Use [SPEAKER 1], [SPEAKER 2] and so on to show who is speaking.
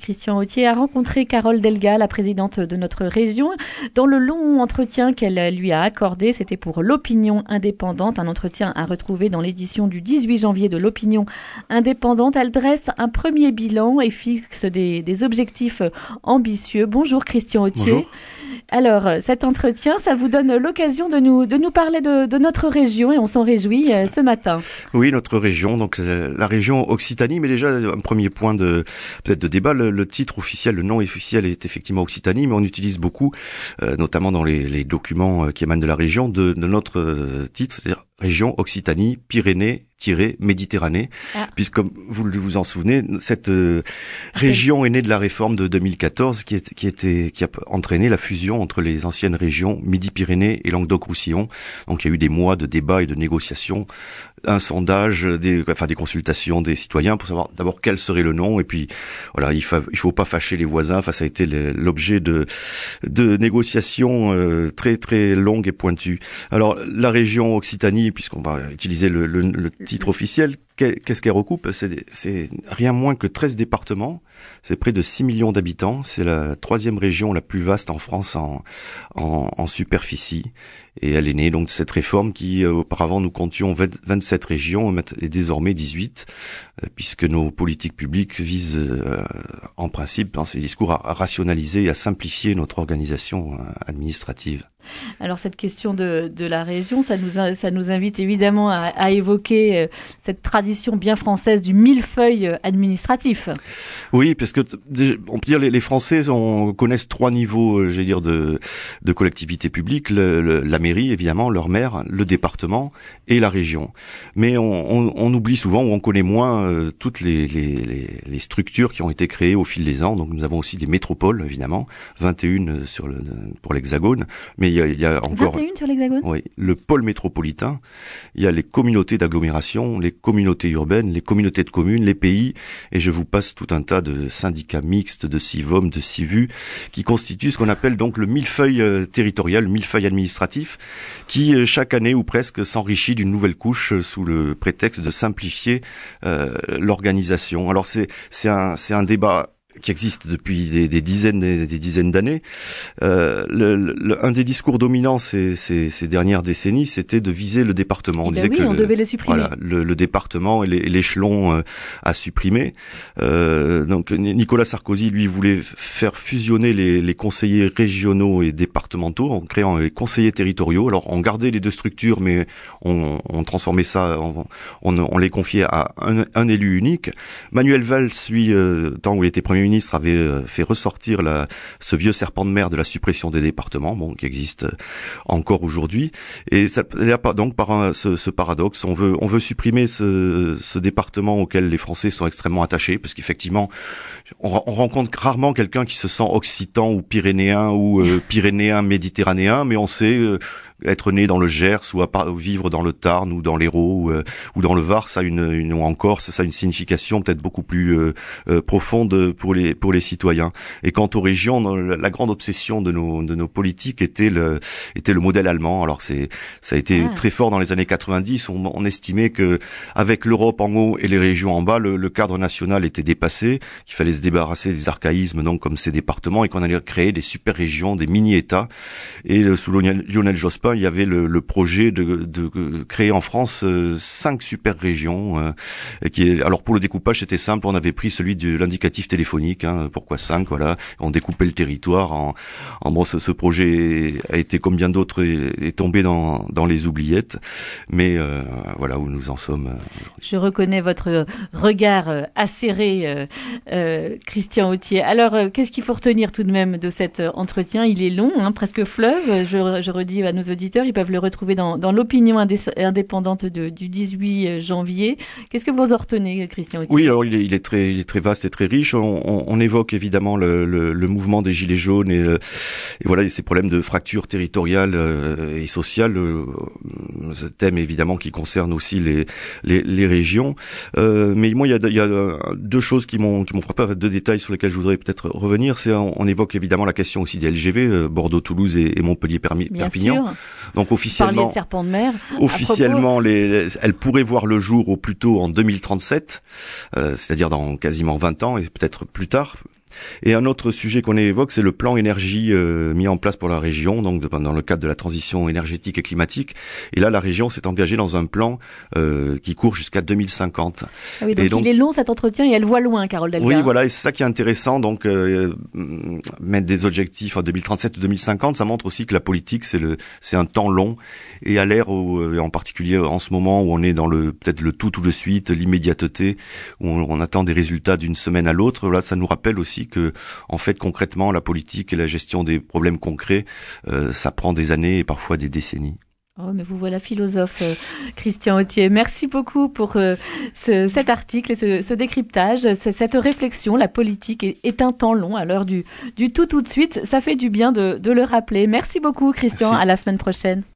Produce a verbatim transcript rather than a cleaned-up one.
[SPEAKER 1] Christian Authier a rencontré Carole Delga, la présidente de notre région, dans le long entretien qu'elle lui a accordé. C'était pour l'Opinion indépendante, un entretien à retrouver dans l'édition du dix-huit janvier de l'Opinion indépendante. Elle dresse un premier bilan et fixe des, des objectifs ambitieux. Bonjour Christian Authier.
[SPEAKER 2] Bonjour.
[SPEAKER 1] Alors, cet entretien, ça vous donne l'occasion de nous, de nous parler de, de notre région et on s'en réjouit euh, ce matin.
[SPEAKER 2] Oui, notre région, donc euh, la région Occitanie, mais déjà un premier point de peut-être de débat, le, le titre officiel, le nom officiel est effectivement Occitanie, mais on utilise beaucoup, euh, notamment dans les, les documents qui émanent de la région, de, de notre euh, titre, c'est-à-dire région Occitanie, Pyrénées, Méditerranée, ah. puisque comme vous vous en souvenez, cette euh, région est née de la réforme de deux mille quatorze qui, est, qui, était, qui a entraîné la fusion entre les anciennes régions Midi-Pyrénées et Languedoc-Roussillon. Donc il y a eu des mois de débats et de négociations, un sondage, des, enfin des consultations des citoyens pour savoir d'abord quel serait le nom, et puis voilà, il, fa, il faut pas fâcher les voisins. Enfin, ça a été le, l'objet de, de négociations euh, très très longues et pointues. Alors la région Occitanie, puisqu'on va utiliser le, le, le titre officiel, qu'est-ce qu'elle recoupe? C'est, c'est rien moins que treize départements, c'est près de six millions d'habitants, c'est la troisième région la plus vaste en France en, en, en superficie, et elle est née donc de cette réforme qui, euh, auparavant, nous comptions vingt, vingt-sept régions, et désormais dix-huit, euh, puisque nos politiques publiques visent, euh, en principe, dans ces discours, à, à rationaliser et à simplifier notre organisation euh, administrative.
[SPEAKER 1] Alors cette question de, de la région, ça nous, ça nous invite évidemment à, à évoquer cette tradition bien française du millefeuille administratif.
[SPEAKER 2] Oui, parce que on peut dire les, les Français on, connaissent trois niveaux, j'allais dire, de, de collectivité publique, le, le, la mairie évidemment, leur maire, le département et la région. Mais on, on, on oublie souvent ou on connaît moins euh, toutes les, les, les, les structures qui ont été créées au fil des ans. Donc nous avons aussi des métropoles évidemment, vingt et une sur le, pour l'Hexagone, mais il y a, il y a encore
[SPEAKER 1] vingt et une sur l'Hexagone.
[SPEAKER 2] Oui, le pôle métropolitain. Il y a les communautés d'agglomération, les communautés urbaines, les communautés de communes, les pays, et je vous passe tout un tas de syndicats mixtes, de Sivom, de Sivu, qui constituent ce qu'on appelle donc le millefeuille euh, territorial, le millefeuille administratif, qui euh, chaque année ou presque s'enrichit d'une nouvelle couche euh, sous le prétexte de simplifier euh, l'organisation. Alors c'est c'est un c'est un débat qui existe depuis des, des dizaines des, des dizaines d'années. Euh, le, le, un des discours dominants ces, ces, ces dernières décennies, c'était de viser le département. On
[SPEAKER 1] ben
[SPEAKER 2] disait
[SPEAKER 1] oui,
[SPEAKER 2] que
[SPEAKER 1] on
[SPEAKER 2] le,
[SPEAKER 1] devait le supprimer.
[SPEAKER 2] Voilà, le, le département et l'échelon euh, à supprimer. Euh, donc Nicolas Sarkozy, lui, voulait faire fusionner les, les conseillers régionaux et départementaux en créant les conseillers territoriaux. Alors on gardait les deux structures, mais on, on transformait ça, on, on, on les confiait à un, un élu unique. Manuel Valls, lui, euh, tant où il était premier ministre, avait fait ressortir la, ce vieux serpent de mer de la suppression des départements, bon, qui existe encore aujourd'hui. Et ça, donc par un, ce, ce paradoxe, on veut, on veut supprimer ce, ce département auquel les Français sont extrêmement attachés, parce qu'effectivement, on, on rencontre rarement quelqu'un qui se sent occitan ou pyrénéen ou euh, pyrénéen méditerranéen, mais on sait euh, être né dans le Gers ou, à, ou vivre dans le Tarn ou dans l'Hérault ou, euh, ou dans le Var, ça une, une ou en Corse, ça a une signification peut-être beaucoup plus euh, euh, profonde pour les pour les citoyens. Et quant aux régions, la grande obsession de nos de nos politiques était le était le modèle allemand. Alors c'est ça a été ah. très fort dans les années quatre-vingt-dix. On, on estimait que avec l'Europe en haut et les régions en bas, le, le cadre national était dépassé, qu'il fallait se débarrasser des archaïsmes donc comme ces départements et qu'on allait créer des super régions, des mini-États. Et euh, sous Lionel Jospin, il y avait le, le projet de, de créer en France euh, cinq super régions. Euh, qui est, alors pour le découpage, c'était simple. On avait pris celui de l'indicatif téléphonique. Hein, pourquoi cinq? Voilà. On découpait le territoire. En, en bon, ce, ce projet a été comme bien d'autres est, est tombé dans, dans les oubliettes. Mais euh, voilà où nous en sommes.
[SPEAKER 1] Je reconnais votre regard acéré, euh, euh, Christian Authier. Alors, euh, qu'est-ce qu'il faut retenir tout de même de cet entretien? Il est long, hein, presque fleuve. Je, je redis à nos auditeurs, ils peuvent le retrouver dans, dans l'opinion indé- indépendante de, du dix-huit janvier. Qu'est-ce que vous en retenez, Christian Authier?
[SPEAKER 2] Oui, alors il est, il est très, il est très vaste et très riche. On, on, on évoque évidemment le, le, le mouvement des Gilets jaunes et, et voilà, et ces problèmes de fracture territoriale et sociale. Ce thème évidemment qui concerne aussi les, les, les régions. Euh, mais moi, il y a, il y a deux choses qui m'ont, qui m'ont frappé, deux détails sur lesquels je voudrais peut-être revenir. C'est, on, on évoque évidemment la question aussi des L G V, Bordeaux, Toulouse et, et Montpellier-Perpignan. Donc officiellement,
[SPEAKER 1] de serpent de mer.
[SPEAKER 2] Officiellement, les, elles pourraient voir le jour au plus tôt en deux mille trente-sept, euh, c'est-à-dire dans quasiment vingt ans et peut-être plus tard. Et un autre sujet qu'on évoque, c'est le plan énergie euh, mis en place pour la région, donc de, dans le cadre de la transition énergétique et climatique. Et là, la région s'est engagée dans un plan euh, qui court jusqu'à deux mille cinquante.
[SPEAKER 1] Ah oui, donc,
[SPEAKER 2] et donc
[SPEAKER 1] il est long cet entretien et elle voit loin, Carole Delga.
[SPEAKER 2] Oui, voilà, et c'est ça qui est intéressant. Donc, euh, mettre des objectifs en deux mille trente-sept ou deux mille cinquante, ça montre aussi que la politique, c'est le, c'est un temps long. Et à l'ère, où, en particulier en ce moment où on est dans le peut-être le tout tout de suite, l'immédiateté, où on, on attend des résultats d'une semaine à l'autre. Là, ça nous rappelle aussi que, en fait, concrètement, la politique et la gestion des problèmes concrets, euh, ça prend des années et parfois des décennies.
[SPEAKER 1] Oh, mais vous voilà philosophe, euh, Christian Authier. Merci beaucoup pour euh, ce, cet article et ce, ce décryptage, ce, cette réflexion. La politique est, est un temps long à l'heure du, du tout tout de suite. Ça fait du bien de, de le rappeler. Merci beaucoup, Christian.
[SPEAKER 2] Merci.
[SPEAKER 1] À la semaine prochaine.